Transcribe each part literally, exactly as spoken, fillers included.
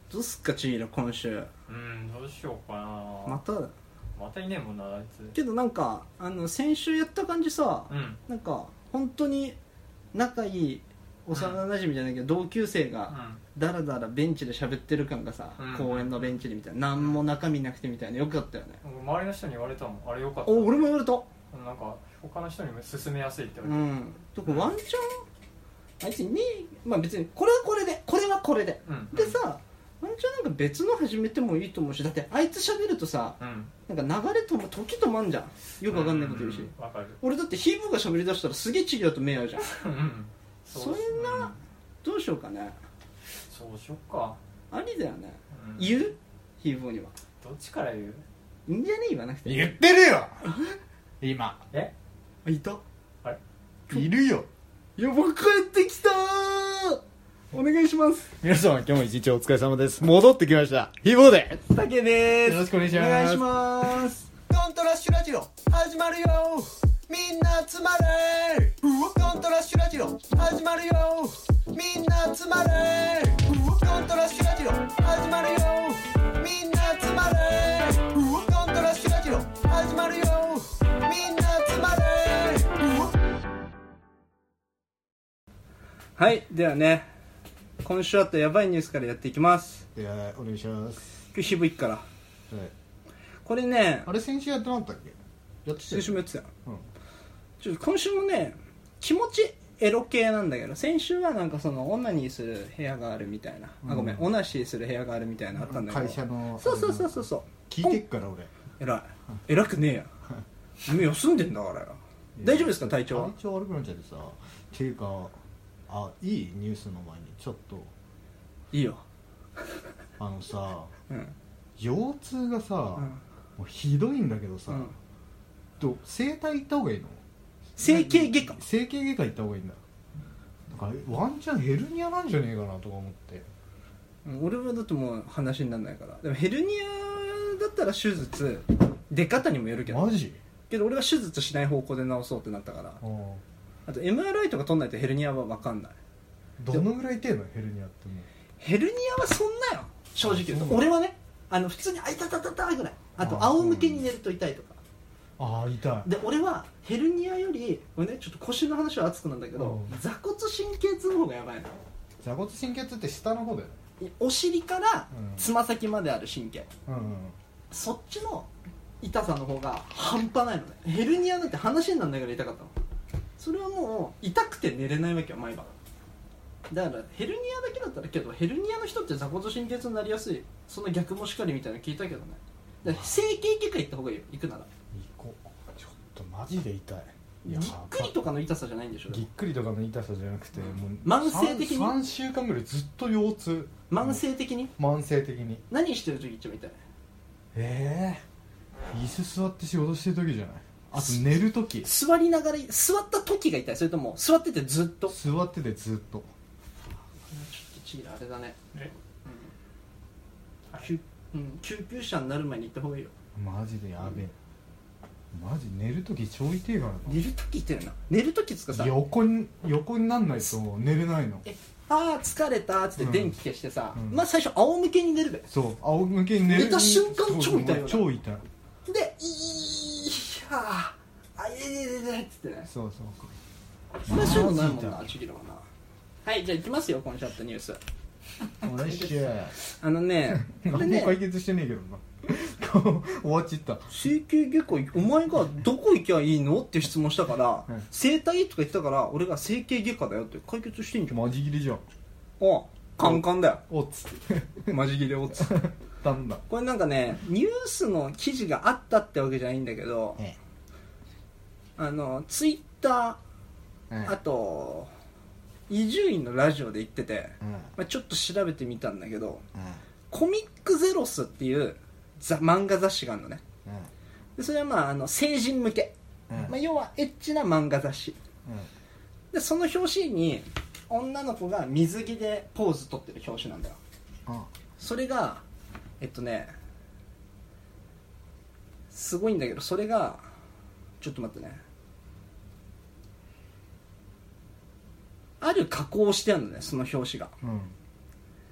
どうすっかチーラ今週。 うんどうしようかな。 またまたいねえもんなあいつ。 けどなんかあの先週やった感じさ、 うん。 なんか本当に仲いい幼馴染じゃないけど、同級生がだらだらベンチで喋ってる感がさ、 うん公園のベンチでみたいな、何も中身なくてみたいな、よかったよね。 うん、周りの人に言われたもん。あれよかった。 お、俺も言われた。 なんか他の人にも勧めやすいってう言われん。とかワンチャンあいつに、まあ別にこれはこれでこれはこれで、 うん、 でさ、ワンチャンなんか別の始めてもいいと思うし、だってあいつ喋るとさ、 うん、 なんか流れとも時止まんじゃん。よくわかんないこと言うし、 うん、わかる。 俺だってヒーブが喋り出したらすげえチリだと目合うじゃん。 うんそんな、どうしようかね。 そうしよっか。 ありだよね、 うん、 言うヒーボーにはどっちから言う。 いいんじゃねえ言わなくて。 言ってるよ今えあ、いた。 あれいるよ。 やば、帰ってきたー。お願いします。 皆様今日も一日お疲れ様です。戻ってきましたヒーボーでたけでーす。 よろしくお願いします。 お願いします。 コントラッシュラジオ始まるよ。みんな集まれ。コントラッシュラジオ始まるよ。みんな集まれ。コントラッシュラジオ始まるよ。みんな集まれ。コントラッシュラジオ始まるよ。みんな集まれ。 はい、ではね、今週あったやばいニュースからやっていきます。 いやお願いします。 今日渋いから、 はい、 これね、 あれ先週やってなかったっけ。やってたよ先週もやってたよ、 うん、 ちょっと今週もね、気持ちエロ系なんだけど、先週はなんかそのオナニーする部屋があるみたいな、あ、ごめん、 うんオナシーする部屋があるみたいなのあったんだけど、 会社のそうそうそうそうそう、 聞いてっから俺。 偉い、偉くねえや君休んでんだからよ。大丈夫ですか体調は。 体調悪くなっちゃってさ。っていうか、あ、いいニュースの前にちょっといいよ。 あのさ、 うん、 腰痛がさ、 うん、 もうひどいんだけどさ、 うん、 ど整体行った方がいいの？ 整形外科。 整形外科行った方がいいんだ。だからワンチャンヘルニアなんじゃねえかなとか思って。 俺はだってもう話にならないから。でもヘルニアだったら手術、出方にもよるけど、 マジ？ けど俺は手術しない方向で治そうってなったから。あと エムアールアイ とか取んないとヘルニアは分かんない。 どのぐらい痛いのヘルニアって。もうヘルニアはそんなよ、正直言うと。俺はね、あの普通にあいたたたたぐらい。あと仰向けに寝ると痛いとか。 ああ痛い。 で俺はヘルニアより、俺ね、ちょっと腰の話は熱くなんだけど、 うん、 座骨神経痛の方がやばいの。 座骨神経痛って下の方だよね。 お尻からつま先まである神経、 うんうん、 そっちの痛さの方が半端ないのね。ヘルニアなんて話にならないから痛かったの。それはもう痛くて寝れないわけよ毎晩。だからヘルニアだけだったら、けどヘルニアの人って座骨神経痛になりやすい、その逆もしかりみたいなの聞いたけどね。だから整形外科行った方がいいよ、行くなら。 行こう。ちょっとマジで痛い。 ぎっくりとかの痛さじゃないんでしょ。 ぎっくりとかの痛さじゃなくて、もう慢性的にさん, さんしゅうかんぐらいずっと腰痛。 慢性的に。 慢性的に。 何してる時一番痛い？ ええー、椅子座って仕事してる時じゃない？あと寝る時。 座りながら、座った時が痛い、それとも座っててずっと。 座っててずっと。 ちょっとチーラあれだね。 え、 うん、救うん、救急車になる前に行った方がいいよ。 マジでやべえ。マジ寝る時超痛いからな。 寝る時痛いよな。寝る時つかさ、 横に横になんないと寝れないの。 え、あー疲れたーっつって電気消してさ、 うん、 まあ最初仰向けに寝るべ。 そう、仰向けに寝る。 寝た瞬間超痛いよな。 超痛い。 で、いーはー、あ、いれれれれっつってね。 そうそう。 それはしょうがないもんな、ちぎるわな。はい、じゃあ行きますよ、今週あったニュース。 お願いします。 あのね、これ何もね、 解決してねえけどな。終わっちった。 整形外科、お前がどこ行きゃいいのって質問したから、 うん、 整体とか言ってたから、俺が整形外科だよって解決してんじゃん。 マジ切れじゃん。 お、カンカンだよ。 おっつってマジ切れおつ。 なんだ。 これなんかね、ニュースの記事があったってわけじゃないんだけど、 ええ、 あのツイッター、 ええ、 あと伊集院のラジオで言ってて、 うん、 まあ、ちょっと調べてみたんだけど、 うん、 コミックゼロスっていうザ漫画雑誌があるのね。 うん、 でそれはまああの成人向け、 うん、 まあ、要はエッチな漫画雑誌、 うん、 でその表紙に女の子が水着でポーズ取ってる表紙なんだよ。 うん、 それがえっとねすごいんだけど、それがちょっと待ってね、ある加工をしてあるのね、その表紙が。 うん、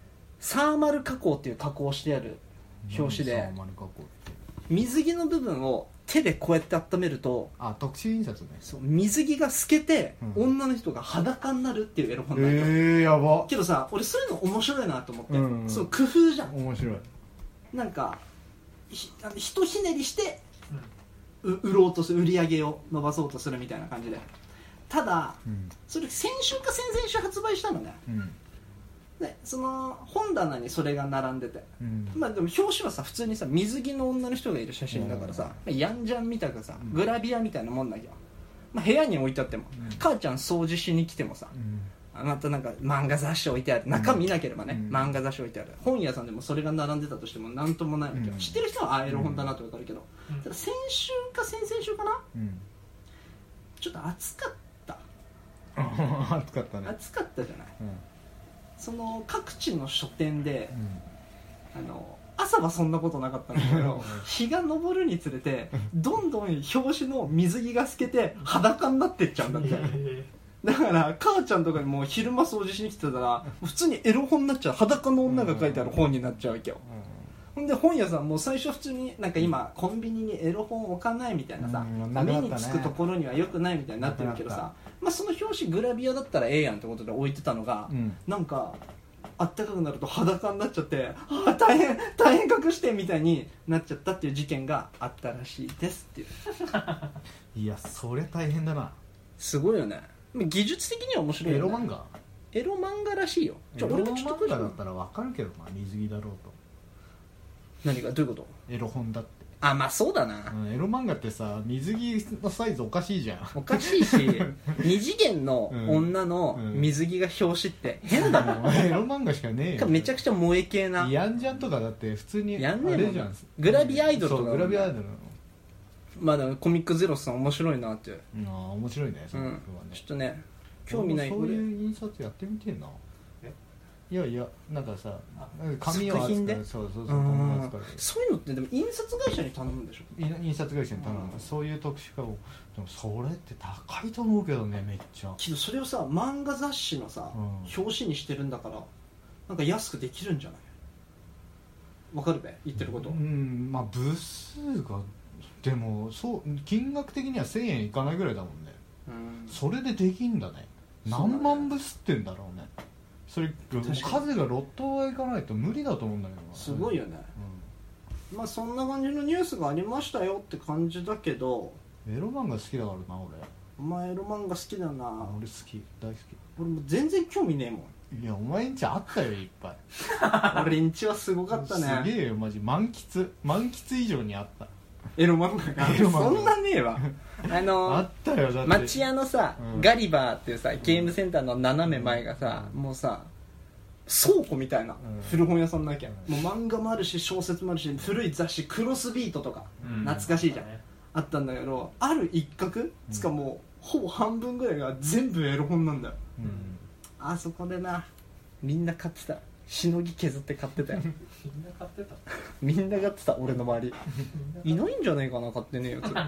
サーマル加工っていう加工をしてある表紙で、 何サーマル加工って。 水着の部分を手でこうやって温めると、 あ、特殊印刷ね。 そう水着が透けて、 うん女の人が裸になるっていうエロ本なんだよ、 えー、やば。 けどさ、俺そういうの面白いなと思って、 うんうんそう工夫じゃん。 面白い。 なんかひあのひとひねりしてう売ろうとする、売り上げを伸ばそうとするみたいな感じで、ただうんそれ先週か先々週発売したのね。 うんでその本棚にそれが並んでて、 うんまあでも表紙はさ普通にさ水着の女の人がいる写真だからさ、まあヤンジャンみたいなさうんグラビアみたいなもんだけど、まあ、部屋に置いてあっても、 うん母ちゃん掃除しに来てもさ、 うんあまたなんか漫画雑誌置いてある、中見なければね、 うん漫画雑誌置いてある、本屋さんでもそれが並んでたとしても何ともないわけよ、 うん知ってる人はあエロ本だなと分かるけど、 うんただ先週か先々週かな、 うんちょっと暑かった暑かったね。 暑かったじゃない。 うんその各地の書店でうんあの朝はそんなことなかったんだけど日が昇るにつれてどんどん表紙の水着が透けて裸になってっちゃうんだってだから母ちゃんとかにもう昼間掃除しに来てたら普通にエロ本になっちゃう、裸の女が書いてある本になっちゃうわけよ。ほんで本屋さんも最初普通になんか今コンビニにエロ本置かないみたいなさ、 うんなくなったね目につくところには良くないみたいになってるけどなくなさ、まあ、その表紙グラビアだったらええやんってことで置いてたのが、 うんなんかあったかくなると裸になっちゃってああ大変大変隠してみたいになっちゃったっていう事件があったらしいですっていういや、それ大変だな。 すごいよね。技術的には面白いよね。 エロ漫画エロ漫画らしいよ。 エロちょ俺もちょっと漫画だったら分かるけどな、水着だろうと。 何がどういうこと？ エロ本だって。 あ、まあそうだな、 うん、エロ漫画ってさ、水着のサイズおかしいじゃん。 おかしいし二次元の女の水着が表紙って変だもん、 エロ漫画しかねえよ。 めちゃくちゃ萌え系なヤンジャンとかだって普通にあやんねえもんれじゃん。 グラビアアイドルとかそうグラビアアイドルなの。 まあでもコミックゼロスさん面白いなって、 うん、あー面白いね、そうんの曲はね。 ちょっとね興味ない俺もそういう印刷やってみてえな。 えいやいや、なんかさ、紙を扱う、 作品でそうそうそう、 うん紙を扱う。 そういうのってでも印刷会社に頼むんでしょ。 印刷会社に頼んだ、そういう特殊化を。でもそれって高いと思うけどね、めっちゃ。 けどそれをさ漫画雑誌のさ、 うん表紙にしてるんだからなんか安くできるんじゃない？わかるべ言ってること、 うん、まあ部数がでもそう金額的にはせんえんいかないぐらいだもんね。 うんそれでできんだね。何万部吸ってんだろうね。それかに数がロットはいかないと無理だと思うんだけどな。 すごいよね、まあそんな感じのニュースがありましたよって感じだけど、 うん、エロ漫画好きだからな俺。 お前エロ漫画好きだな。 俺好き、大好俺もう全然興味ねえもんき。いやお前んちあったよいっぱい。 俺んちはすごかったすねげえよマジ、満喫満喫以上にあった。 エロ漫画がエロ漫画そんなねえわあのあったよだって。 町屋のさ、 うんガリバーっていうさゲームセンターの斜め前がさ、 うんもうさ倉庫みたいな、 ん古本屋さんなきゃ、 うんもう漫画もあるし小説もあるし古い雑誌クロスビートとか、 うん懐かしいじゃん、あったんだけどある一角つかもうほぼ半分ぐらいが全部エロ本なんだよ。 うんあそこでなみんな買ってた、しのぎ削って買ってたよみんな買ってた。 みんな買ってた俺の周りいないんじゃないかな買ってねえやつ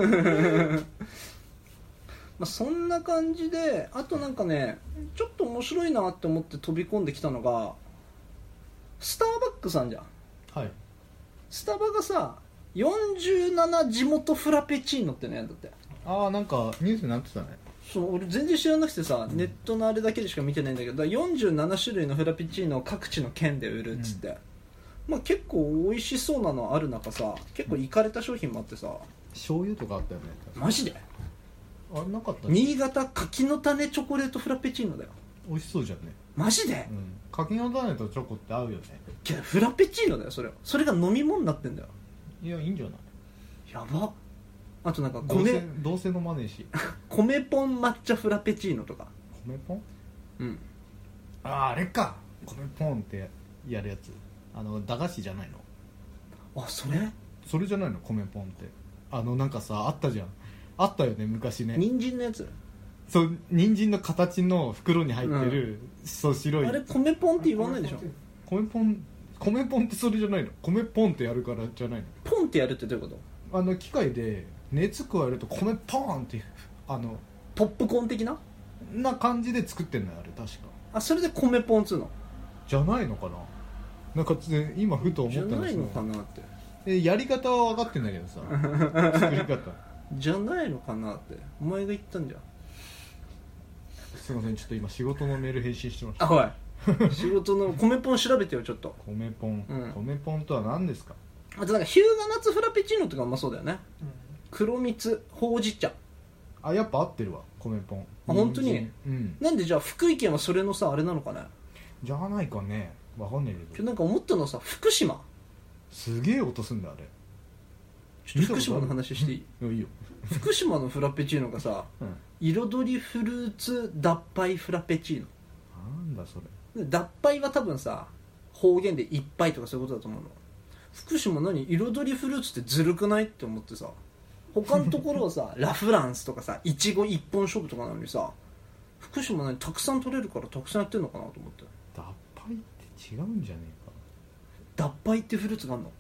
まあそんな感じで、あとなんかねちょっと面白いなって思って飛び込んできたのがスターバックスあんじゃん。 はい。 スタバがさよんじゅうなな地元フラペチーノってのやんだって。 ああなんかニュースになってたね。 そう俺全然知らなくてさ、ネットのあれだけでしか見てないんだけど、だからよんじゅうなな種類のフラペチーノを各地の県で売るっつって、まあ結構美味しそうなのある中さ、結構イカれた商品もあってさ、 醤油とかあったよね。 マジであれなかったね。 新潟柿の種チョコレートフラペチーノだよ。 美味しそうじゃんね。 マジで、 うん。柿の種とチョコって合うよね。 いやフラペチーノだよそれ。それが飲み物になってんだよ。 いやいいんじゃない。 やば。あとなんかどうせ米どうせ飲まねえし。 米ポン抹茶フラペチーノとか。 米ポン。 うんあああれか。米ポンってやるやつ。あの駄菓子じゃないの。 あそれそれじゃないの米ポンって。あのなんかさあったじゃん。あったよね昔ね。 人参のやつ。 そう人参の形の袋に入ってる、そう白い。 あれ米ポンって言わないでしょ。 米ポン米ポンってそれじゃないの。米ポンってやるからじゃないの。 ポンってやるってどういうこと？ あの機械で熱加えると米ポーンってあのポップコーン的なな感じで作ってんのよあれ確か。 あそれで米ポンっつうの。 じゃないのかな。 なんか今ふと思じゃったんですよないのかなってえやり方は分かってんだけどさ作り方じゃないのかなってお前が言ったんじゃん。 すいませんちょっと今仕事のメール返信してましたあおい仕事の米ポン調べてよちょっと。 米ポン、 うん米ポンとは何ですか？ あとなんかヒューガナッツフラペチーノとかうまそうだよね。 うん黒蜜ほうじ茶。 あやっぱ合ってるわ米ポン。 あ本当に人参うんなんでじゃあ福井県はそれのさあれなのかね。 じゃないかね分かんないけど今日なんか思ったのはさ福島すげえ音すんだあれ。 ちょっと福島の話していい？ いやいいよ、 福島のフラペチーノがさうん、 彩りフルーツ脱灰フラペチーノ。 なんだそれ。 脱灰は多分さ方言でいっぱいとかそういうことだと思うの。福島何彩りフルーツってずるくないって思ってさ他のところはさラフランスとかさいちご一本勝負とかなのにさ福島何たくさん取れるからたくさんやってんのかなと思って。 脱灰って違うんじゃねえ脱灰ってフルーツがあんの？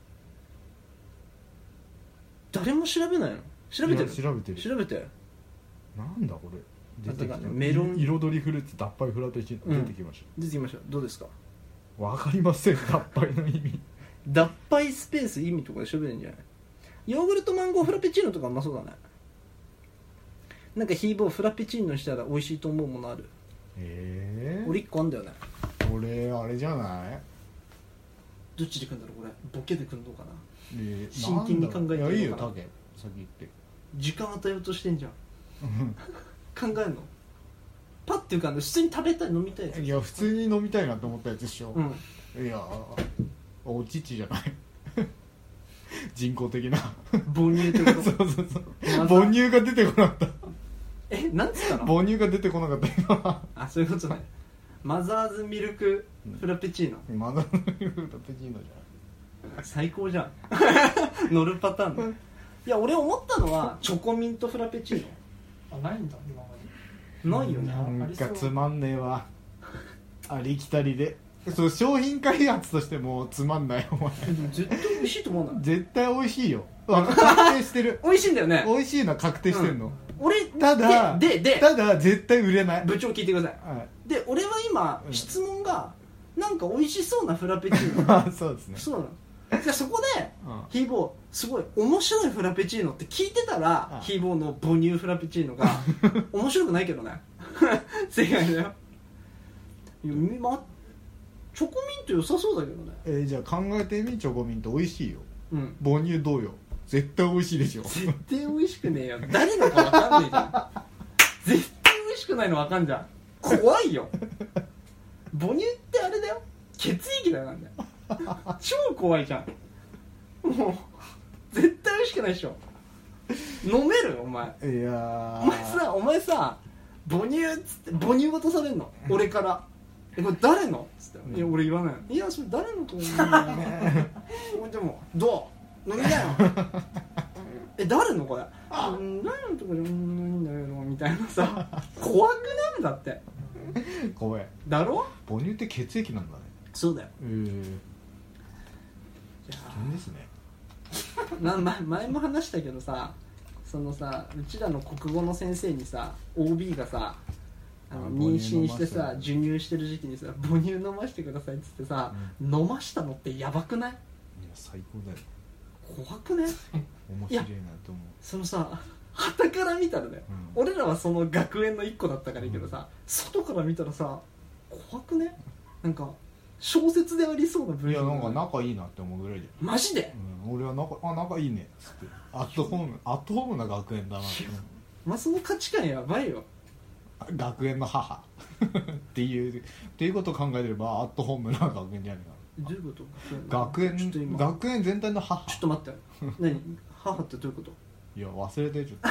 誰も調べないの？調べてる？ いや調べてる調べて。 なんだこれ出てきた、 あとねメロンい彩りフルーツ脱灰フラペチーノ出てきまし出てきました。どうですか？ た。わ、かりません脱灰の意味。 脱灰スペース意味とかで調べるんじゃない？ヨーグルトマンゴーフラペチーノとかうまそうだね。なんかヒーボーフラペチーノにしたら美味しいと思うものある？ ええー、 俺いっこあんだよね。 俺あれじゃない？ どっちでくんだろうこれ。ボケでくんのかな。 えー真剣に考えてるのかな。 いやいいよタケ先言って。 時間与えようとしてんじゃん。考えんの？パッていうか普通に食べたい飲みたいやつ。 いや普通に飲みたいなと思ったやつでしょ、 うん。 いやお乳じゃない人工的な母乳ってこと？ そうそうそうまた母乳が出てこなかっえなんつったたの？ 母乳が出てこなかった今あそういうことね。マザーズミルクフラペチーノ。 マザーのフラペチーノじ最高じゃん乗るパターンね。いや俺思ったのはチョコミントフラペチーあないんだ今まノないよね。 ゃん。なんかありそうつまんねえわありきたりで。そう商品開発としてもつまんないお前。 でも絶対美味しいと思うな。 絶対美味しいよ確定してる美味しいんだよね。 美味しいのは確定してんの、 俺ただでででただ絶対売れない。 部長聞いてください。 はいで俺は今、 うん質問がなんか美味しそうなフラペチーノまあそうですね。 そうなの。じゃあそこでうんヒーボーすごい面白いフラペチーノって聞いてたら、 うんヒーボーの母乳フラペチーノが面白くないけどね正解だよ。いや、ま、チョコミント良さそうだけどね。 えー、じゃあ考えてみ。チョコミント美味しいよ。 うん母乳どうよ。絶対美味しいでしょ。 絶対美味しくねえよ。誰のか分かんねえじゃん。絶対美味しくないの分かんじゃん。怖いよ。母乳ってあれだよ、血液だよ。なんだよ超怖いじゃん。もう絶対美味しくないでしょ。飲めるお前。 いやーお前さお前さ母乳っつって母乳渡されんの俺からえこれ誰のっつって、いや俺言わないの。いやそれ誰のと思うんだよねでもどう飲みなよえ誰のこれうん誰のとこでうん何だよみたいなさ怖くなる。だって怖い。 だろ。 母乳って血液なんだね。 そうだよ。 えー、 いや危険ですね。 な前前も話したけどさ、そのさうちらの国語の先生にさ オービー がさあのあ妊娠してさ母乳授乳してる時期にさ母乳飲ましてくださいっつってさ、飲ましたのってやばくない？ いや最高だよ。 怖くね？ 面白いなと思う。 そのさ傍から見たらね、 うん俺らはその学園の一個だったからいいけどさ、外から見たらさ怖くね？なんか小説でありそうな文章いやなんか仲いいなって思うぐらいじマジで、 ゃん、うん、俺は仲あ仲いいねっつってアットホームアットホームな学園だなって思う。 まあ、その価値観やばいよ。 学園の母っていうっていうことを考えてればアットホームな学園じゃねえかどういうこと？ な。学ちょっと今園学園全体の母。 ちょっと待って何母ってどういうこと？ いや忘れてちょっ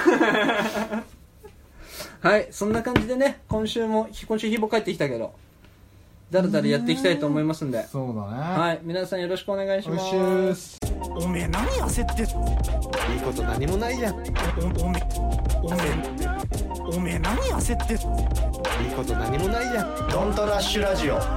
はいそんな感じでね今週も今週ひぼ帰ってきたけどだらだらやっていきたいと思いますんで、 とそうだね。 はい皆さんよろしくお願いします。 おっしおめえ何焦っていいこと何もないじゃん。おおめおめおめえ何焦っていいこと何もないじゃん。ドントラッシュラジオ。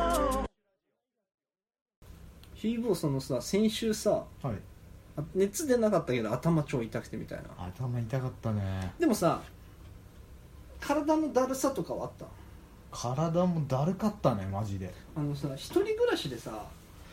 ヒーボーそのさ先週さはいあ熱出なかったけど頭超痛くてみたいな。 頭痛かったね。 でもさ体のだるさとかはあった？ 体もだるかったねマジで。 あのさ一人暮らしでさ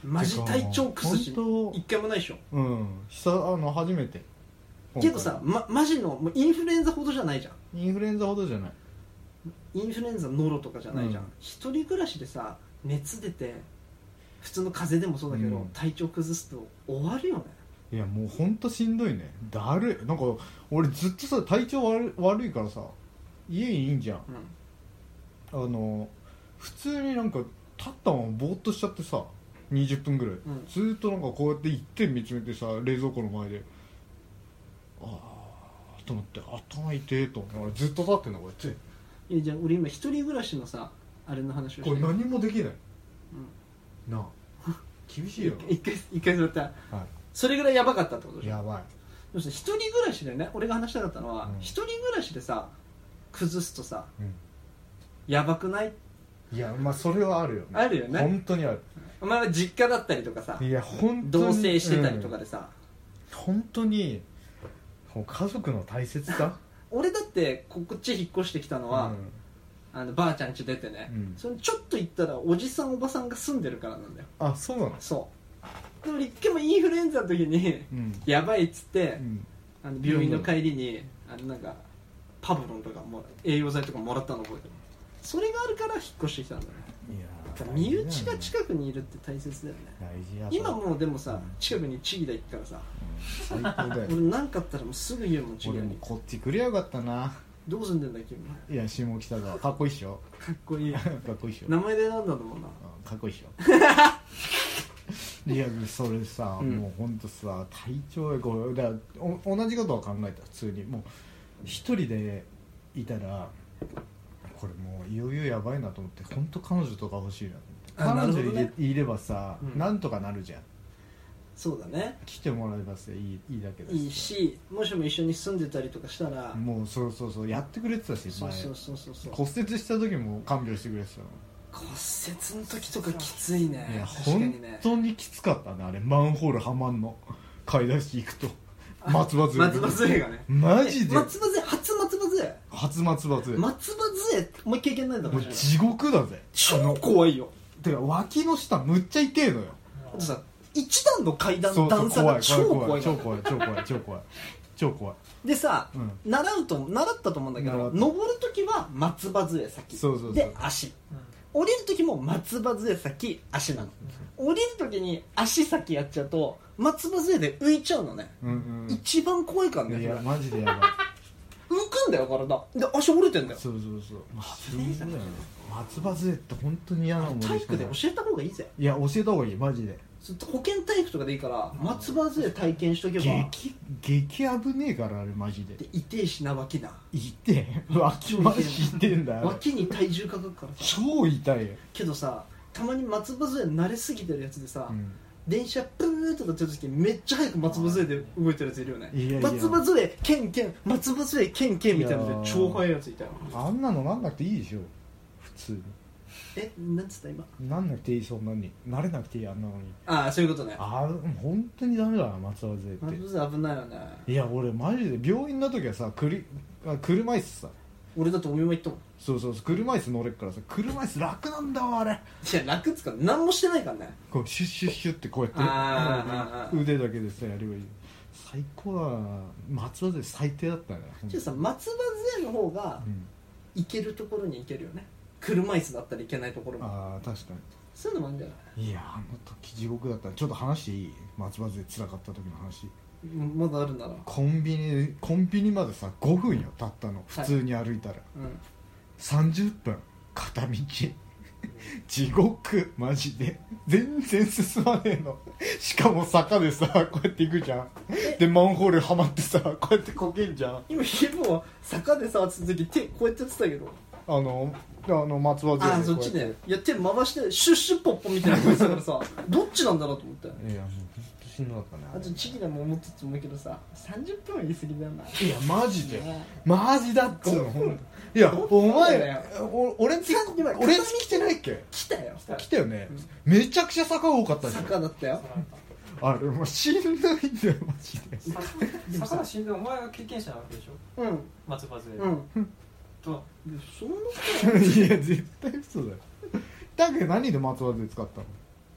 マジ体調崩し本当一回もないでしょ。 うん久あの初めてけどさ、ま、マジのもうインフルエンザほどじゃないじゃん。 インフルエンザほどじゃないインフルエンザノロとかじゃないじゃん、 うん一人暮らしでさ熱出て普通の風邪でもそうだけど、 うん体調崩すと終わるよね。 いやもうほんとしんどいねだるいなんか俺ずっとさ体調悪い悪いからさ家にいいんじゃんうんあの普通になんか立ったままぼーっとしちゃってさにじゅっぷんぐらい、 んずーっとなんかこうやって一点見つめてさ冷蔵庫の前でああと思って頭痛えと思って俺ずっと立ってんのこうやっていやじゃあ俺今一人暮らしのさあれの話をしてこれ何もできない、 うんなあ厳しいよ一回一回座ったはそれぐらいやばかったってことでしょ。 いやばいでもさ一人暮らしでね俺が話したかったのは、 うん一人暮らしでさ崩すとさうんやばくない？ いやまあそれはあるよねあるよね。 本当にあるお前は実家だったりとかさいや本当に同棲してたりとかでさ、 うん本当にこう家族の大切さ俺だってこっち引っ越してきたのは、あのばあちゃん家出てね、 うんそれちょっと行ったらおじさんおばさんが住んでるからなんだよ。 あそうなのそうで俺一回もインフルエンザの時にうんやばいっつって、 うんあの病院の帰りにあのなんかパブロンとかも栄養剤とかもらったの覚えてる。それがあるから引っ越してきたんだよね。 いやだから身内が近くにいるって大切だよね。 大事や今もうでもさ、 うん近くにチギダ行くからさ、 うん最高だよ俺なんかあったらもうすぐ言うもんチギ俺もダに。 こっち来りゃよかったなどう住んでんだっけ君。 いや下北沢かっこいいっしょかっこいいかっこいいっしょ名前でなんだと思うな。 うんかっこいいっしょいやそれさ、 うんもうほんとさ体調がこうだからお同じことは考えた普通にもう一人でいたらこれもういよいよやばいなと思って本当彼女とか欲しいなとあ思って彼女いれ,、 なるほどねいればさ、 うんなんとかなるじゃんそうだね。 来てもらえばさいいいいだけだしいいし、もしも一緒に住んでたりとかしたら、 もうそうそうそうやってくれてたし前そうそうそうそうそう。 骨折した時も看病してくれてたの骨折の時とかきついね。 いや確か本にね。 当にきつかったねあれマンホールはまんの買い出し行くと松葉杖松葉杖がね。 マジでえ松葉杖、初松葉杖。 初松葉杖、 松葉杖、もう一回経験ないんだもん。 もう地獄だぜ超怖いよ。 てか脇の下むっちゃ痛えのよあとさ、一段の階段そうそう段差が超怖い超から怖い超怖い超怖い超怖いでさ、 うん習うと習ったと思うんだけど、 習った登る時は松葉杖先そうそうそうで足、降りる時も松葉杖先足なの、降りる時に足先やっちゃうと松葉杖で浮いちゃうのね、 うん一番怖いからうんいやねそれマジでやばい浮くんだよ体で足折れてんだよ。 そうそうそう死んだよね松葉杖って本当に嫌な思い体育しかないで教えた方がいいぜ。 いや教えた方がいいマジで保健体育とかでいいから松葉杖体験しとけば激激危ねえからあれマジでで痛えしな脇な痛え脇マジ痛えんだよ脇に体重かかるからさ。 超痛いよ、 けどさたまに松葉杖慣れすぎてるやつでさ、 うん電車プーッとなってる時めっちゃ早く松葉杖で動いてるやついるよね。 いやいや松葉杖ケンケン松葉杖ケンケンみたいなのいやーで超速いやついたよ。 あんなのなんなくていいでしょ普通にえなんつった今。 なんなくていいそんなに慣れなくていいあんなのにああそういうことね。 あ本当にダメだな松葉杖って松葉杖危ないよね。 いや俺マジで病院の時はさくりあ車椅子さ俺だってお見舞い行ったもん。 そうそうそう車椅子乗れっからさ車椅子楽なんだわあれいや楽っつうか何もしてないからね。 こうシュッシュッシュッってこうやってあー腕だけでさやればいい最高だな松葉杖最低だったねじゃあさ松葉杖の方がうん行けるところに行けるよね。車椅子だったらいけないところもああ確かそういうのもあるんじゃない。 にいやあの時地獄だったちょっと話していい松葉杖辛かった時の話うんまだあるなら。 コンビニコンビニまでさごふんよたったの普通に歩いたら、 うんさんじゅっぷん片道地獄マジで全然進まねえのしかも坂でさこうやって行くじゃんでマンホールはまってさこうやってこけんじゃん今ヒボは坂で触ってた時手こうやってやってたけどあのあの松葉杖ああそっちでいや手回してシュッシュッポッポみたいな感じだからさどっちなんだろうと思ったよ。 いやもうほんとしんどかったねあとチキでも思ってたと思うけどささんじゅっぷんは言い過ぎだよな。 いやマジでねマジだっつうのほんといやおそうだ前よお俺んちさ今俺んち来てないっけ来たよ来たよねめちゃくちゃ坂多かったじゃん坂だったよ。 あれもうしんどいんだよマジででもさ魚死んでお前が経験者なわけでしょうん松葉杖うんとでそんなことないいや絶対嘘だよだけど何で松葉杖使ったの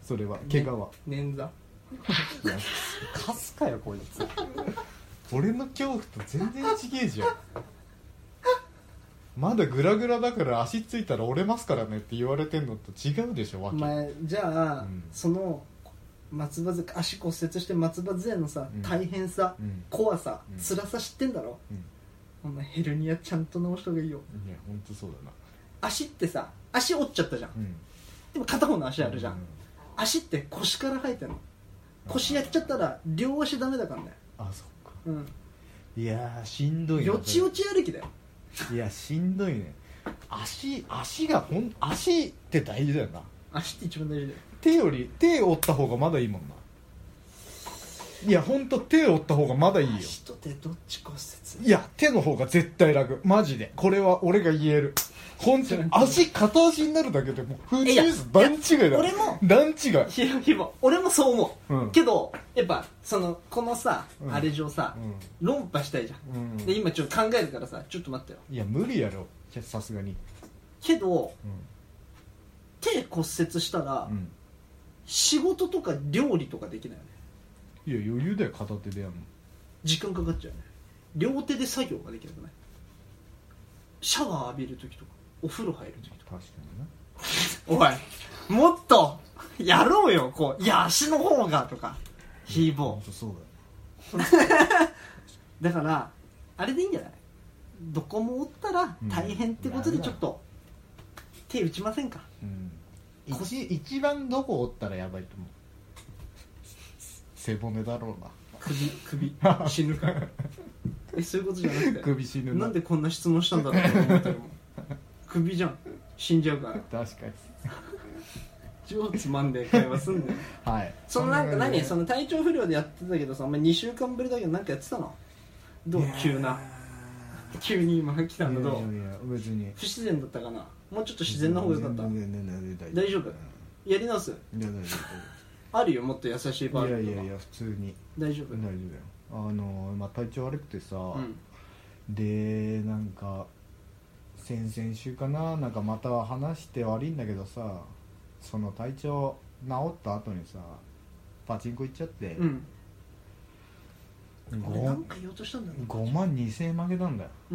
それは怪我は、 捻挫。 いやカスかよこいつ俺の恐怖と全然違えじゃんまだグラグラだから足ついたら折れますからねって言われてんのと違うでしょおわけ。 前じゃあ、 うん、 その松葉杖足骨折して松葉杖のさ、 うん、 大変さ、うん、怖さ、 うん、 辛さ知ってんだろ、 うん、 お前ヘルニアちゃんと治した方がいいよ。 いやほんとそうだな。 足ってさ足折っちゃったじゃん、うん、でも片方の足あるじゃん、うんうん、足って腰から生えてんの。腰やっちゃったら両足ダメだからね。 あそっか、 うん、 いやしんどいな。 よちよち歩きだよ。 いやしんどいね。足足がほん足って大事だよな。 足って一番大事だよ。 手より手折った方がまだいいもんな。いやほんと手折った方がまだいいよ。 足と手どっち骨折。 いや手の方が絶対楽マジで。これは俺が言える。本当に足片足になるだけでもう風習数段違いだ。 俺も段違い。 ひひぼ俺もそう思う、うん、けどやっぱそのこのさ、うん、あれ上さ、うん、論破したいじゃん、うん、で今ちょっと考えるからさちょっと待ってよ。いや無理やろさすがに。 けど、うん、手骨折したら、うん、仕事とか料理とかできないよね。 いや余裕だよ片手でやるの。 時間かかっちゃうよね。両手で作業ができなくない？シャワー浴びるときとかお風呂入るときとか。確かにな。おいもっとやろうよこう。いや足の方がとかヒーボー。そうだよだからあれでいいんじゃない？どこも折ったら大変ってことでちょっと手打ちませんか？うん、 一, 一番どこ折ったらやばいと思う？背骨だろうな。 首首死ぬからえそういうことじゃなくて首死ぬな。 なんでこんな質問したんだろうと思ってるもん首じゃん死んじゃうから。 確かに超つまんで会話すんだよはい。 そのなんか何その体調不良でやってたけどさお前にしゅうかんぶりだけどなんかやってたの？どう急な急に今来たのどう？いやいや別に不自然だったかな。もうちょっと自然な方が良かった？大丈夫？やり直す？いや大丈夫あるよもっと優しいバージョンとか。いやいやいや普通に大丈夫大丈夫だよ。あのまあ体調悪くてさ、うん、でなんか先々週かななんかまた話して悪いんだけどさその体調治った後にさパチンコ行っちゃって、うん、 俺なんか言おうとしたんだろう。 ごまんにせんえん負けたんだよ、うん、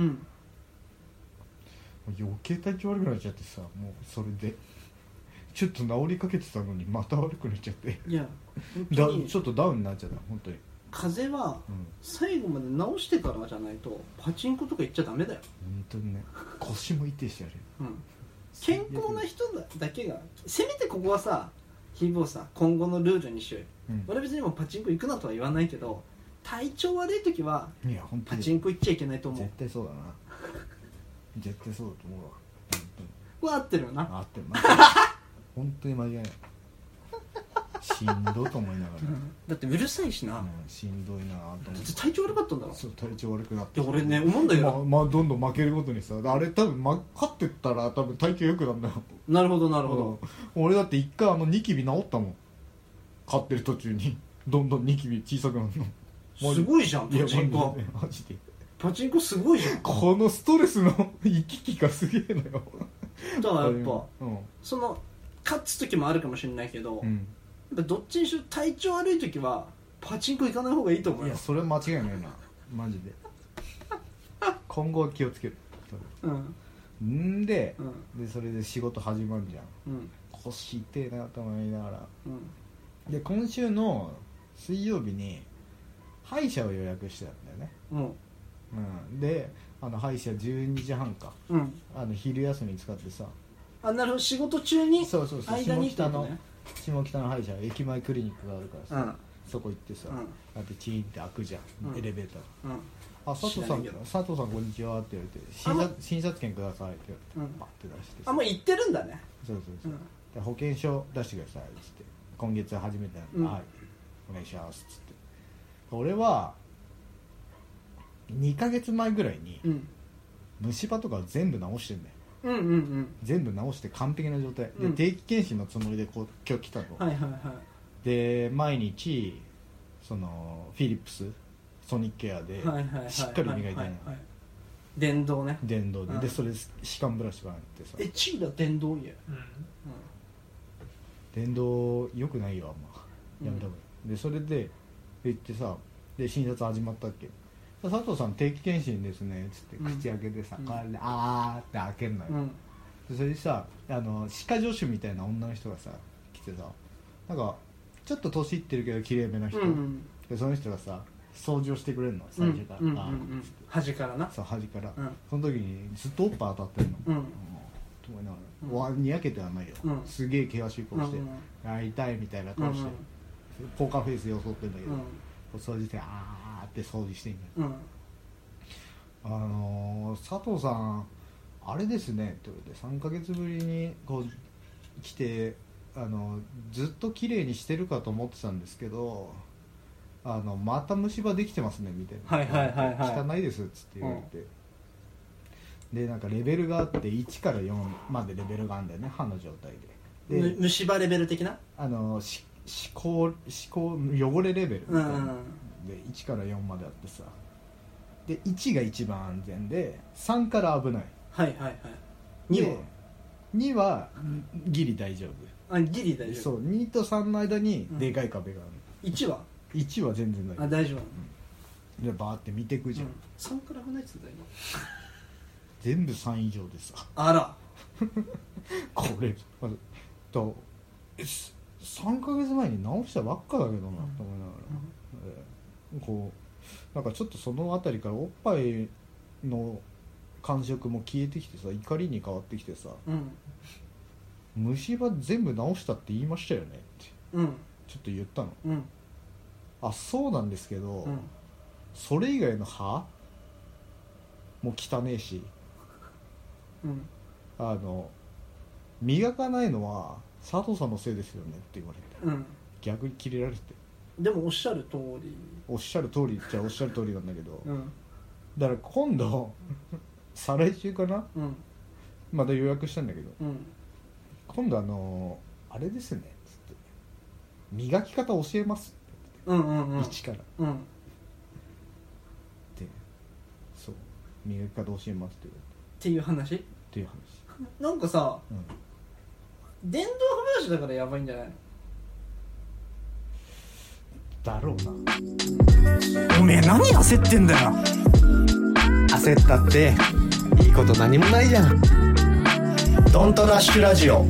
余計体調悪くなっちゃってさもうそれでちょっと治りかけてたのにまた悪くなっちゃって。いやだちょっとダウンになっちゃった本当に。 風邪は最後まで治してからじゃないとパチンコとか行っちゃダメだよ本当にね。腰も痛いしあれ、 うん、健康な人だけがせめてここはさヒーボーさ今後のルールにしようよ、うん、俺別にもパチンコ行くなとは言わないけど体調悪い時はいや本当にパチンコ行っちゃいけないと思う。 絶対そうだな絶対そうだと思うわ本当に。 これ合ってるよな。 合ってる本当に間違いないしんどと思いながらだってうるさいしな、うん、 しんどいなと思って。 体調悪かったんだろ。 そう体調悪くなって俺ね思うんだけど、 ままあ、どんどん負けるごとにさあれ多分、ま、勝ってったら多分体調良くなるんだよ。 なるほどなるほど、 うん、俺だって一回あのニキビ治ったもん勝ってる途中にどんどんニキビ小さくなるの。 すごいじゃんパチンコ。マジでパチンコすごいじゃん。 このストレスの行き来がすげえのよだからやっぱ、うん、その勝つ時もあるかもしれないけど、うん、やっぱどっちにしろ体調悪い時はパチンコ行かない方がいいと思うよ。 いやそれは間違いないなマジで今後は気をつける。うんんで、うん、でそれで仕事始まるじゃん、うん、腰痛えなと思いながら、うん、で今週の水曜日に歯医者を予約してたんだよね、うんうん、であの歯医者じゅうにじはんか、うん、あの昼休み使ってさあなるほど仕事中にそうそうそう下北の下北の歯医者駅前クリニックがあるからさ、うん、そこ行ってさ、うん、だってチーンって開くじゃん、うん、エレベーター、うん、あ佐藤さん佐藤さんこんにちはって言われて診察診察券くださいって言われて、うん、パッて出してあもう行ってるんだね。 そうそうそう、うん、で保険証出してくださいっつって今月初めてなんで、うん、はいお願いしますっつって俺はにかげつまえぐらいに、うん、虫歯とか全部治してんだよ、うんうんうん、全部治して完璧な状態、うん、で定期検診のつもりでこう今日来たの、はいはいはい、で毎日そのフィリップスソニックケアでしっかり磨いてないの、 電動ね電動で、うん、でそれ歯間ブラシがあってさえチーだ電動家、うんうん、 電動良くないよあんまやめた方がいい、でそれで言ってさ、で診察始まったっけ、佐藤さん定期検診ですねつって口開けてさ、 うん、 これであーって開けんのよ、うん、でそれでさあの歯科助手みたいな女の人がさ来てさ、なんかちょっと年いってるけど綺麗めな人、うんうん、でその人がさ掃除をしてくれるの最初から、うんうんうんうん、 端からな、 そう端から、うん、その時にずっとおっぱい当たってるの、うんうん、と思いながら、うん、わにやけてはないよ、うん、すげえ険しい顔して、うんうん、あ痛いみたいな顔して、うんうん、ポーカーフェイス装ってんだけど、うん、掃除してあーって掃除してんけど、うん、あのー、佐藤さんあれですねって言われてさんかげつぶりにこう来てあのずっと綺麗にしてるかと思ってたんですけどあのまた虫歯できてますねみたいな、はいはいはいはい、汚いですっつって言われて、うん、でなんかレベルがあっていちからよんまでレベルがあるんだよね歯の状態で、で虫歯レベル的なあのし歯垢汚れレベルみたいな、うん、でいちからよんまであってさ、でいちが一番安全でさんから危ない、 はいはいはい、にはにはギリ大丈夫、 あギリ大丈夫、 そうにとさんの間にでかい壁がある、 うん、いちはいちは全然ない、 あ大丈夫、 うん、でバーって見てくじゃん、うん、 さんから離れてたよ全部さん以上でさあらこれとさんかげつまえに直したばっかだけどな、うん、と思いながら、うん、こうなんかちょっとそのあたりからおっぱいの感触も消えてきてさ怒りに変わってきてさ、うん、虫歯全部直したって言いましたよねって、うん、ちょっと言ったの、うん、あそうなんですけど、うん、それ以外の歯もう汚ねえし、うん、あの磨かないのは佐藤さんのせいですよねって言われて、うん、逆にキレられて、 でもおっしゃる通りおっしゃる通りっちゃおっしゃる通りなんだけど、うん、だから今度再来週かな、うん、まだ予約したんだけど、うん、今度あのあれですねつって磨き方教えますって言って、うんうんうん、一から、うん、でそう磨き方教えますって言われてっていう話っていう話なんかさ、うん、電動歯ブラシだからやばいんじゃないのだろうな。 おめえ何焦ってんだよ。焦ったっていいこと何もないじゃん。ドントラッシュラジオ。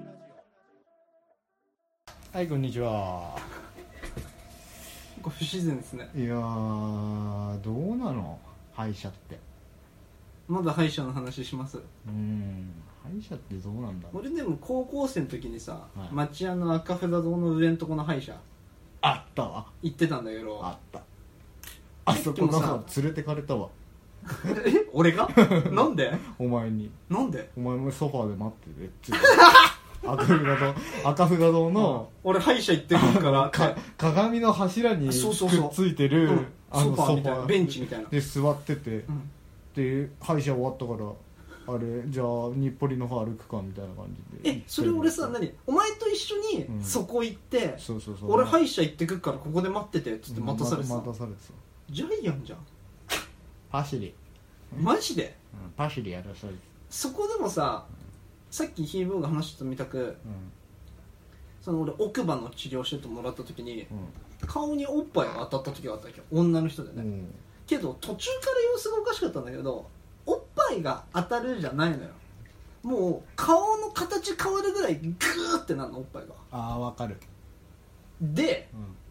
はいこんにちは。 不自然ですね。 いやーどうなの歯医者って。 まだ歯医者の話します。 うん歯医者ってどうなんだろう。 俺でも高校生の時にさ、はい、町屋の赤札堂の上のとこの歯医者あったわ行ってたんだけど、 あったあそこなんか連れてかれたわえ俺がなんでお前になんでお前もソファーで待ってて赤札堂赤札堂の俺歯医者行ってくるからか鏡の柱にくっついてる、うん、 あのソファーみたいなベンチみたいなで座ってて、うん、で歯医者終わったからあれじゃあ日暮里の方歩くかみたいな感じでえそれ俺さ何お前と一緒にそこ行って、うん、そうそうそう俺歯医者行ってくるからここで待っててっつって待たされてた、 待たされてたジャイアンじゃんパシリマジで、 うん、パシリやらされてそこでもさ、うん、さっきヒーボーが話してたみたく、うん、その俺奥歯の治療しててもらった時に、うん、顔におっぱいが当たった時があったわけよ女の人でね、うん、けど途中から様子がおかしかったんだけどおっぱいが当たるじゃないのよもう顔の形変わるぐらいグーってなるのおっぱいがああわかるで、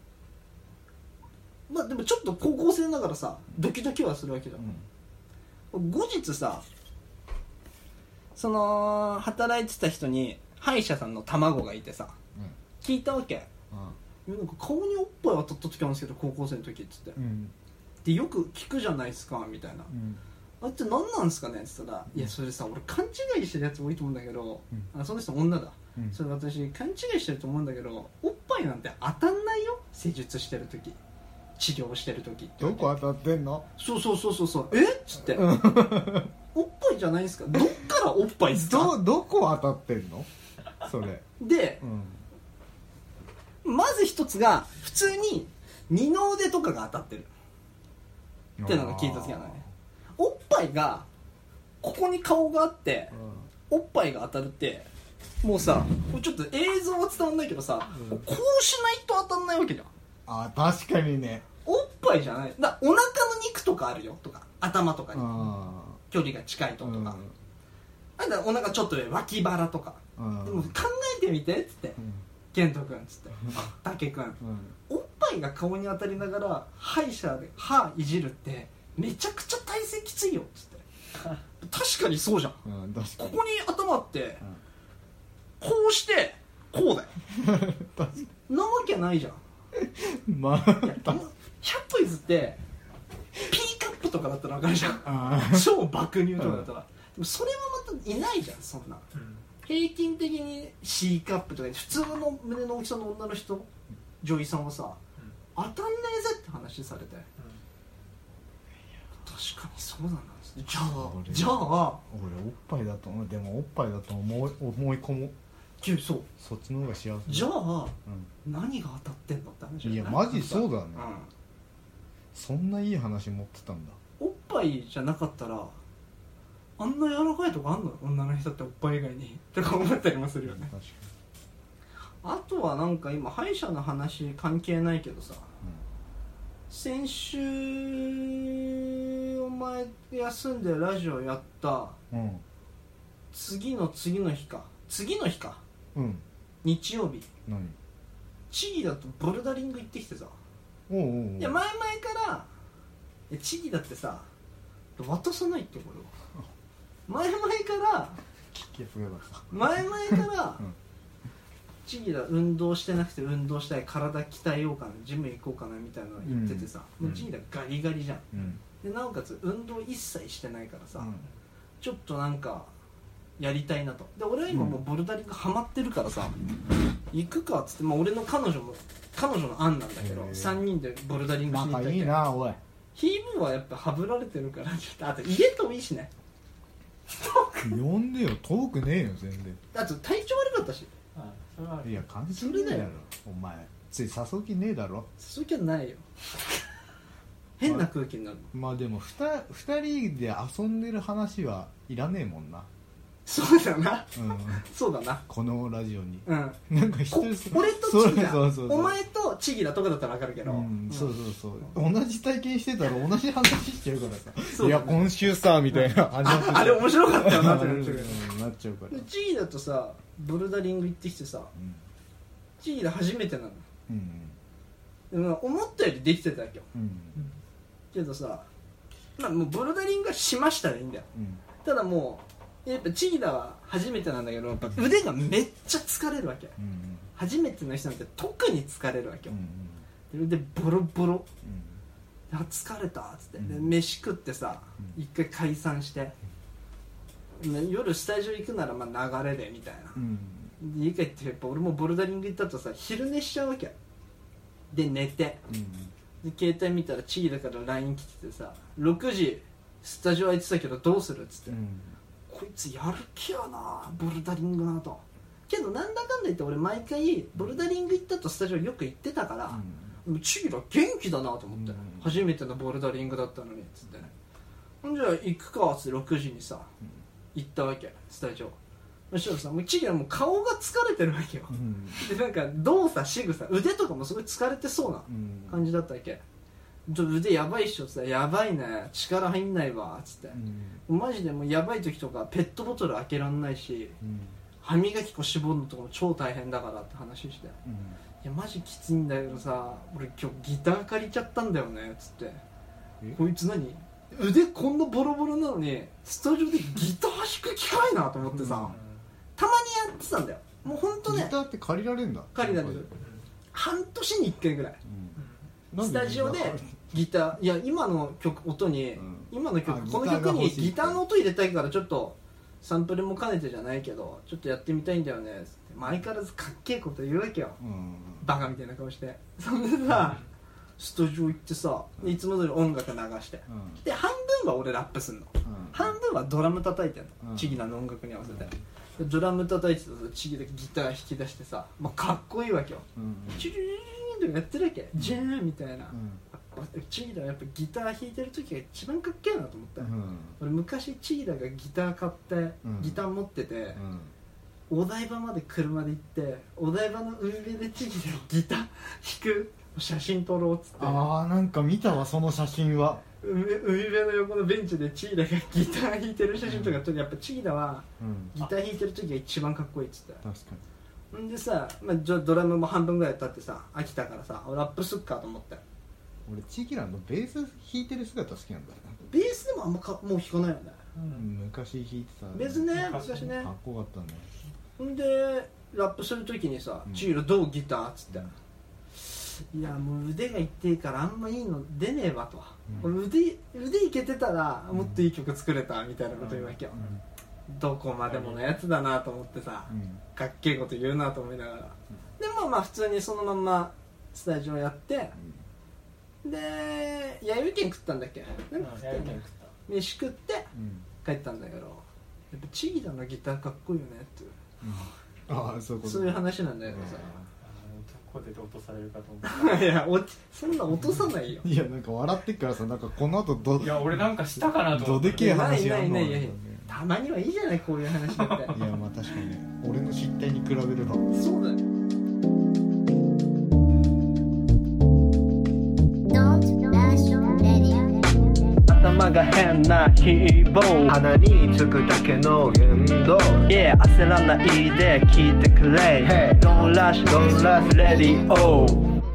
うん、まあでもちょっと高校生ながらさドキドキはするわけじゃん、うん、後日さその働いてた人に歯医者さんの卵がいてさ、うん、聞いたわけ、うん、なんか顔におっぱい当たった時あるんですけど高校生の時っつって、うん、でよく聞くじゃないですかみたいな、うんあれって何なんすかねって言ったら、いやそれさ俺勘違いしてるやつ多いと思うんだけど、うん、あその人女だ、うん、それ私勘違いしてると思うんだけどおっぱいなんて当たんないよ施術してる時治療してる時どこ当たってんのそうそうそうそうそうえっつっておっぱいじゃないんすかどっからおっぱいっすかど, どこ当たってんのそれで、うん、まず一つが普通に二の腕とかが当たってるってのが聞いた時なのねおっぱいがここに顔があって、うん、おっぱいが当たるってもうさこれちょっと映像は伝わんないけどさ、うん、こうしないと当たんないわけじゃん。 あ確かにね。 おっぱいじゃないだ、お腹の肉とかあるよとか頭とかに距離が近いととか、うん、あんだお腹ちょっと上脇腹とか、うん、でも考えてみてっつって、うん、ケント君っつってタケ君、うん、おっぱいが顔に当たりながら歯医者で歯いじるってめちゃくちゃ体勢きついよっつって確かにそうじゃん、うん、ここに頭あって、うん、こうしてこうだよなわけないじゃんまあひゃく歩譲ってピーカップとかだったら分かるじゃん超爆乳とかだったら、うん、でもそれはまたいないじゃんそんな、うん、平均的に C カップとか普通の胸の大きさの女の人女医さんはさ、うん、当たんねえぜって話されて、うん、確かにそうなんですね。じゃあじゃあ俺おっぱいだとでもおっぱいだと思い思い込む。 そうそっちの方が幸せ。 じゃあ、うん、何が当たってんのって話。 いやマジそうだね、うん、そんないい話持ってたんだ。 おっぱいじゃなかったらあんな柔らかいとこあんの女の人っておっぱい以外にとか思ったりもするよね。確かに。あとはなんか今歯医者の話関係ないけどさ、うん、先週お前休んでラジオやった、うん、次の次の日か次の日か、うん、日曜日何チギだとボルダリング行ってきてさ、おうおうおういや前々からチギだってさ渡さないってこれ前々から前々から、うん、チギだ運動してなくて運動したい体鍛えようかなジム行こうかなみたいなの言っててさ、うん、もうチギだガリガリじゃん、うん、でなおかつ運動一切してないからさ、うん、ちょっとなんかやりたいなと。で俺は今もうボルダリングハマってるからさ、うん、行くかっつって、まあ、俺の彼女も彼女の案なんだけどさんにんでボルダリングしに行ったけどいいなおいヒーブはやっぱハブられてるからちょっとあと家ともいいしね呼んでよ遠くねえよ全然。 あと体調悪かったし。 ああそれはいや関係ねえだろお前つい誘う気ねえだろ。 誘う気はないよ変な空気になる。 まあでも 2, 2人で遊んでる話はいらねえもんな。 そうだな、うん、そうだなこのラジオに、 うん、 なんか一人俺とチギだそうそうそうそうお前とチギだとかだったら分かるけど、 うんうん、そうそうそう同じ体験してたら同じ話しちゃうからさ、ね、いや今週さみたいなあ, あれ面白かったよなってなっちゃうなっちゃうからチギだとさボルダリング行ってきてさ、うん、チギだ初めてなの、うん、でも思ったよりできてたわけよ、うん、けどさ、まあ、もうボルダリングはしましたらいいんだよ、うん、ただもうやっぱチギダは初めてなんだけどやっぱ腕がめっちゃ疲れるわけ、うんうん、初めての人なんて特に疲れるわけよ、うんうん、でボロボロ、うん、あ疲れたっつって、うん、で飯食ってさ、うん、一回解散して、うん、夜スタジオ行くならまあ流れでみたいな、うん、で家帰ってやっぱ俺もボルダリング行ったとさ昼寝しちゃうわけで寝て、うん、で携帯見たらチギダから ライン 来ててさろくじスタジオ空いてたけどどうするっつって、うんこいつやる気やなボルダリングなと。けどなんだかんだ言って俺毎回ボルダリング行ったとスタジオよく行ってたから、うん、チギラ元気だなと思って、うん、初めてのボルダリングだったのにつってねほんじゃ行くかっつってろくじにさ、うん、行ったわけスタジオ。そしたらさもうチギラもう顔が疲れてるわけよ、うん、でなんか動作仕草腕とかもすごい疲れてそうな感じだったわけ、ちょ腕やばいっしょっつってやばいね力入んないわっつって、うん、マジでもうやばい時とかペットボトル開けらんないし、うん、歯磨き粉絞るのとかも超大変だからって話して、うん、いやマジきついんだけどさ俺今日ギター借りちゃったんだよねっつってこいつ何腕こんなボロボロなのにスタジオでギター弾く機会なと思ってさ、うん、たまにやってたんだよもうほんとねギターって借りられるんだ借りられる半年にいっかいぐらい、うん、スタジオでギターいや今の曲音に、うん、今の曲この曲にギターの音入れたいからちょっとサンプルも兼ねてじゃないけどちょっとやってみたいんだよねって相変わらずかっけえこと言うわけよ、うん、バカみたいな顔してそんでさ、うん、スタジオ行ってさいつも通り音楽流して、うん、で半分は俺ラップすんの、うん、半分はドラム叩いてんの、うん、チギナの音楽に合わせて、うん、ドラム叩いてたらチギでギター弾き出してさ、まあ、かっこいいわけよ、うん、チリリリリンとやってるわけ、うん、ジェーンみたいな、うんチギダはやっぱギター弾いてる時が一番かっけえなと思った、うん、俺昔チギダがギター買って、うん、ギター持ってて、 お台場まで車で行ってお台場の海辺でチギでギター弾く写真撮ろうっつってああなんか見たわその写真は。 海, 海辺の横のベンチでチギダがギター弾いてる写真とか撮ってやっぱチギダはうんギター弾いてる時が一番かっこいいっつって確かに。 んでさ、まあ、ドラムも半分ぐらい経ってさ飽きたからさラップすっかと思って俺チギラのベース弾いてる姿好きなんだよな。 ベースでもあんまかもう弾かないよね昔弾いてたベースね昔ねかっこよかったね。 ほんでラップする時にさ「 うんチールどうギター?」っつって、いやもう腕がいっていからあんまいいの出ねえわと、 うん、 腕, 腕いけてたらもっといい曲作れたみたいなこと言うわけよ、 うんどこまでものやつだなと思ってさ、 うんかっけえこと言うなと思いながら、でまあまあ普通にそのまんまスタジオやって、で弥生県食ったんだっけ、 うん、やるけん食った飯食ってうん帰ったんだけど、やっぱチギダのギターかっこいいよねっていう、 うん、ああそういうこと。 そういう話なんだけどさ、 どこで落とされるかと思っいや落ちそんな落とさないよいやなんか笑ってっからさなんかこの後どた。いや俺なんかしたかなと思ってどでけえ話やんの。 ないないないないたまにはいいじゃないこういう話だっていやまあ確かにね俺の失態に比べればそうだよ頭が変なヒーボー鼻につくだけの言動 Yeah 焦らないで聞いてくれ Hey Don't rush Don't rush Radio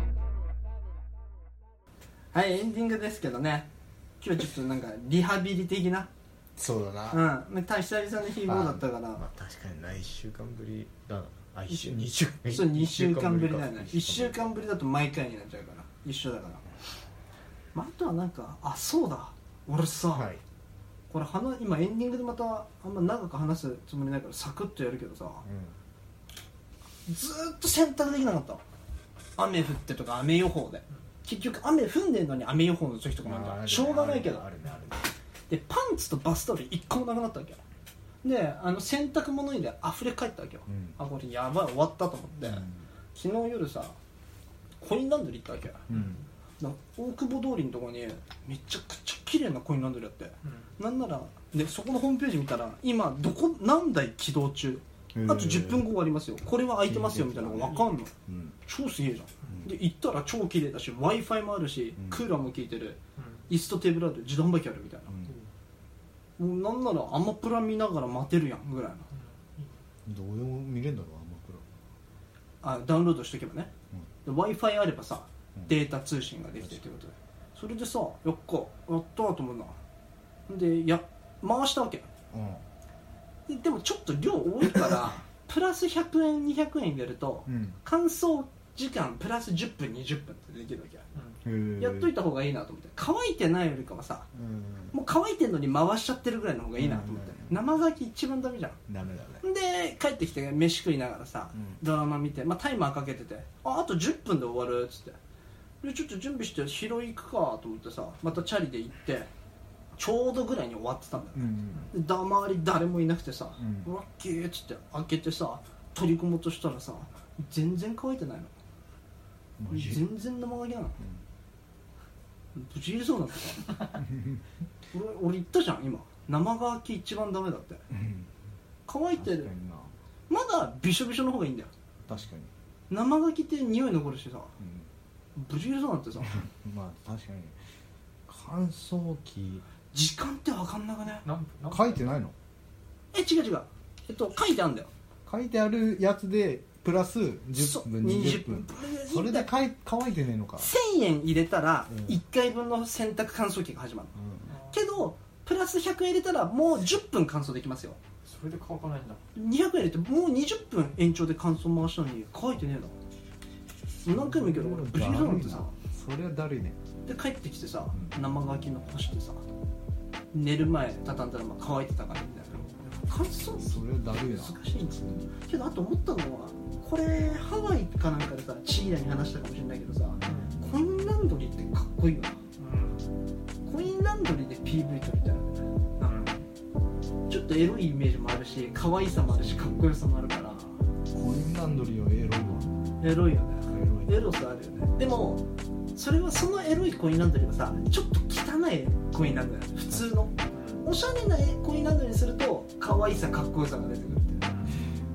はいエンディングですけどね今日ちょっとなんかリハビリ的なそうだな、 うんまあ久々のヒーボーだったからまあ確かにないっしゅうかんぶりだなあいっしゅうにしゅうそうにしゅうかんぶりだよねいっいっしゅうかんぶりだと毎回になっちゃうから一緒だから、まあ、あとはなんかあそうだ俺さ、 はいこれ話今エンディングでまたあんま長く話すつもりないからサクッとやるけどさ、ずーっと洗濯できなかったの雨降ってとか雨予報で結局雨降んねんのに雨予報の時とかもあるじゃんしょうがないけどあるねあるねでパンツとバスタオル一個もなくなったわけよであの洗濯物にで溢れ返ったわけよ、 うんあこれやばい終わったと思って、 うん昨日夜さコインランドリー行ったわけよ、 うんな大久保通りのところにめちゃくちゃ綺麗なコインランドリーあって、 うんなんなら、ね、そこのホームページ見たら今どこ何台起動中あとじゅっぷんご終わりますよこれは空いてますよみたいなのが分かんのうん超すげえじゃん、 うんで行ったら超綺麗だし Wi-Fi もあるし、 うんクーラーも効いてるうん椅子とテーブルある自動販売機あるみたいな、もうなんならアマプラ見ながら待てるやんぐらいのどうでも見れんだろあんまあダウンロードしとけばね、で Wi-Fi あればさうんデータ通信ができてってことでそれでさやっかやったーと思うなでや回したわけ黒ででもちょっと量多いからプラスひゃくえんにひゃくえん入れるとうんうん乾燥時間プラスじゅっぷんにじゅっぷんってできるわけへーやっといた方がいいなと思って乾いてないよりかはさうんもう乾いてんのに回しちゃってるぐらいの方がいいなと思ってうん生牡蠣一番ダメじゃんダメだねで帰ってきて飯食いながらさ、 うんドラマ見て、まあ、タイマーかけててああとじゅっぷんで終わるっつってでちょっと準備して拾い行くかと思ってさまたチャリで行ってちょうどぐらいに終わってたんだようね、 んでだ周り誰もいなくてさ、 うんラッキーっつって開けてさ取り込もうとしたらさ全然乾いてないのマジ全然生牡蠣なの、ぶち切れそうになってさ俺, 俺言ったじゃん今生牡蠣一番ダメだってうん乾いてる確かになまだびしょびしょの方がいいんだよ確かに生牡蠣って匂い残るしさうんぶち切れそうになってさまあ確かに乾燥機時間って分かんなくねなんなん書いてないのえ違う違うえっと書いてあるんだよ書いてあるやつでプラスじゅっぷんそうにじゅっぷんそれでかい乾いてねえのかせんえん入れたらうんいっかいぶんの洗濯乾燥機が始まるうけどプラスひゃくえん入れたらもうじゅっぷん乾燥できますよそれで乾かないんだにひゃくえん入れてもうにじゅっぷん延長で乾燥回したのに乾いてねえな何回も言うけど俺ぶち切れそうになってさそれはだるいねで帰ってきてさうん生牡蠣の干してさ寝る前畳んだらまあ乾いてたからみたいな乾燥それはだるいな難しいんですよけどあと思ったのはこれハワイかなんかでさチーラに話したかもしれないけどさコインランドリーってかっこいいよなコインランドリーで ピーブイ 撮りたいなちょっとエロいイメージもあるし可愛さもあるしかっこよさもあるからコインランドリーはエロいわエロいよねエロいエロさあるよねでもそれはそのエロいコインランドリーはさちょっと汚いコインランドリー普通のおしゃれなコインランドリーにすると可愛さかっこよさが出てくるっていう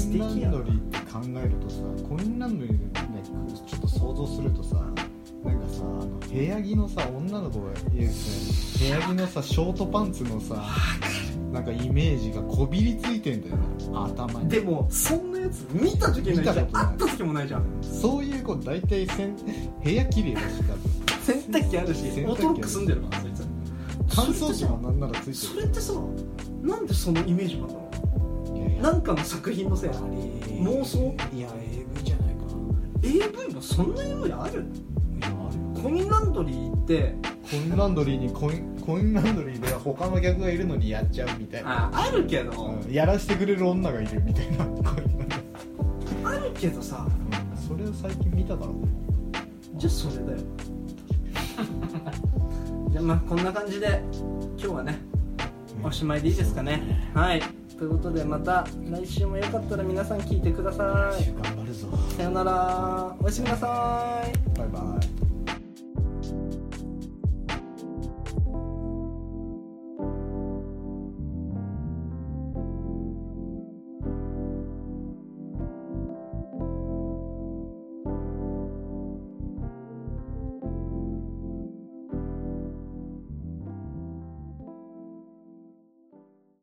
インランドリーって考えるとさ、コインランドリーで、ね、ちょっと想像するとさ、なんかさ、あの部屋着のさ、女の子がいるですね、部屋着のさショートパンツのさ、なんかイメージがこびりついてんだよね、頭に。でもそんなやつ見た時ないじゃん、会った時もないじゃん。 そういう子大体せん部屋綺麗だし、 洗濯機あるし、オートロック住んでるからそいつ。 乾燥機もなんならついてる。 それってさ、なんでそのイメージがあったの？いやいや、なんかの作品のせい、妄想？ いや エーブイ じゃないかな。 エーブイ もそんな色々ある？いやある。コインランドリーってコインランドリーにコイン、コインランドリーで他の客がいるのにやっちゃうみたいな。 あ、あるけど、 うん、やらせてくれる女がいるみたいなあるけどさ、 うん、それを最近見たから。 じゃあそれだよじゃあまあこんな感じで今日はね、うん、おしまいでいいですかね。はい、ということでまた来週もよかったら皆さん聞いてください。 来週頑張るぞ。 さよなら、おやすみなさい。